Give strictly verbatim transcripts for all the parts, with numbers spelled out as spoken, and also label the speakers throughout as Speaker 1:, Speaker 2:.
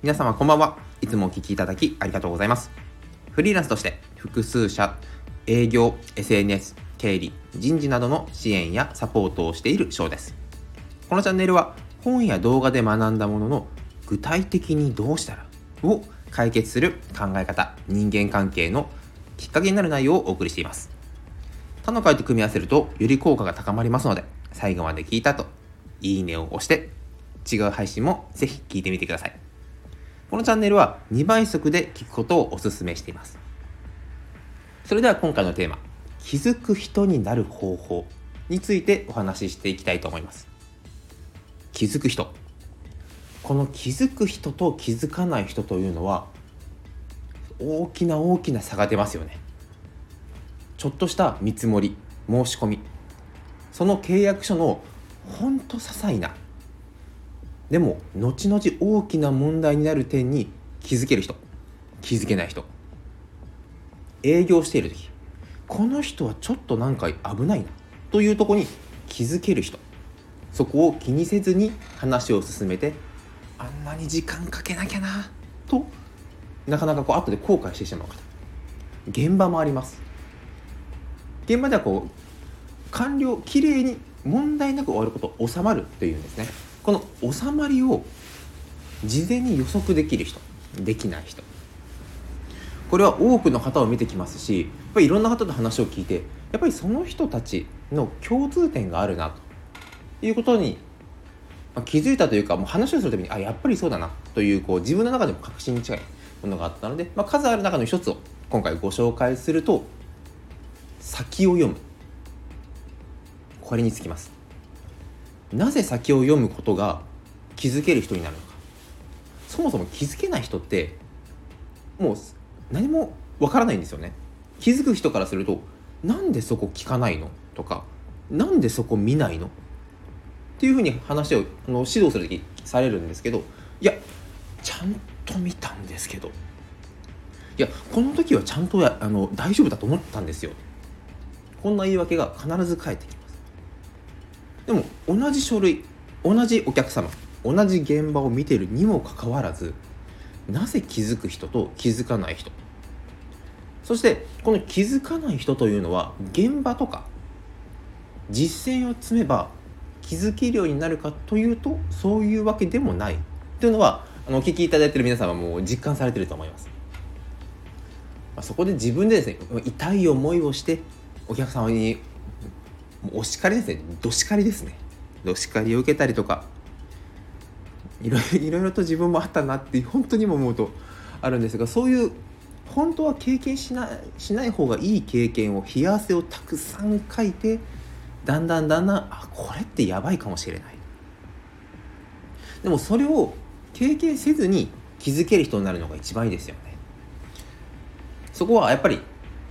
Speaker 1: 皆様こんばんは。いつもお聞きいただきありがとうございます。フリーランスとして複数社、営業、エスエヌエス、経理、人事などの支援やサポートをしている翔です。このチャンネルは本や動画で学んだものの具体的にどうしたらを解決する考え方、人間関係のきっかけになる内容をお送りしています。他の回と組み合わせるとより効果が高まりますので、最後まで聞いたといいねを押して違う配信もぜひ聞いてみてください。このチャンネルはにばい速で聞くことをお勧めしています。それでは今回のテーマ、気づく人になる方法についてお話ししていきたいと思います。気づく人。この気づく人と気づかない人というのは大きな大きな差が出ますよね。ちょっとした見積もり、申し込み、その契約書のほんと些細なでも後々大きな問題になる点に気づける人、気づけない人。営業している時、この人はちょっとなんか危ないなというところに気づける人、そこを気にせずに話を進めて、あんなに時間かけなきゃなとなかなかこう後で後悔してしまう方、現場もあります。現場ではこう完了、きれいに問題なく終わること、収まるというんですね。この収まりを事前に予測できる人、できない人、これは多くの方を見てきますし、やっぱりいろんな方と話を聞いて、やっぱりその人たちの共通点があるなということに気づいたというか、もう話をするたびにあやっぱりそうだなという、こう自分の中でも確信に近いものがあったので、まあ、数ある中の一つを今回ご紹介すると、先を読む。これにつきます。なぜ先を読むことが気づける人になるのか。そもそも気づけない人ってもう何もわからないんですよね。気づく人からすると、なんでそこ聞かないのとか、なんでそこ見ないのっていうふうに話をあの指導するときされるんですけど、いやちゃんと見たんですけど、いやこの時はちゃんとやあの大丈夫だと思ったんですよ。こんな言い訳が必ず返ってきます。でも同じ書類、同じお客様、同じ現場を見ているにもかかわらず、なぜ気づく人と気づかない人、そしてこの気づかない人というのは現場とか実践を積めば気づけるようになるかというと、そういうわけでもないというのは、あのお聞きいただいている皆さんはもう実感されていると思います。まあ、そこで自分でですね、痛い思いをしてお客様にお叱りですね、ど叱りですね、ど叱りを受けたりとか、いろいろと自分もあったなって本当にも思うとあるんですが、そういう本当は経験しない、しない方がいい経験を、冷や汗をたくさんかいて、だんだんだんだんあこれってやばいかもしれない。でもそれを経験せずに気づける人になるのが一番いいですよね。そこはやっぱり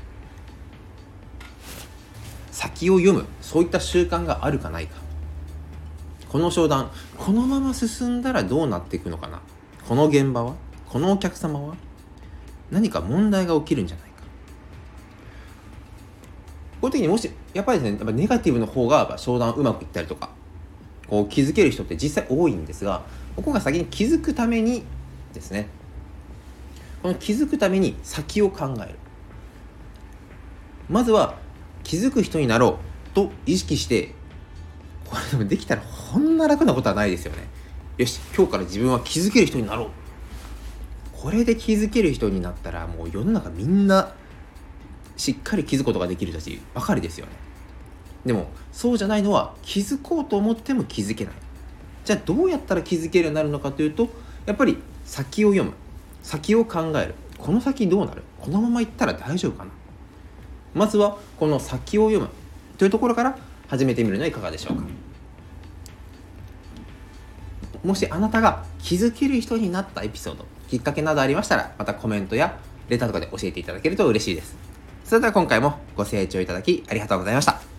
Speaker 1: 先を読む、そういった習慣があるかないか。この商談、このまま進んだらどうなっていくのかな、この現場は、このお客様は何か問題が起きるんじゃないか。こういう時にもしやっぱりですね、やっぱネガティブの方が商談うまくいったりとか、こう気づける人って実際多いんですが、ここが先に気づくためにですね、この気づくために先を考える。まずは気づく人になろうと意識して、これでもできたらこんな楽なことはないですよね。よし、今日から自分は気づける人になろう。これで気づける人になったら、もう世の中みんなしっかり気づくことができる人たちばかりですよね。でもそうじゃないのは、気づこうと思っても気づけない。じゃあどうやったら気づけるようになるのかというと、やっぱり先を読む、先を考える。この先どうなる、このまま行ったら大丈夫かな。まずはこの先を読むというところから始めてみるのはいかがでしょうか。もしあなたが気づける人になったエピソード、きっかけなどありましたら、またコメントやレターとかで教えていただけると嬉しいです。それでは今回もご清聴いただきありがとうございました。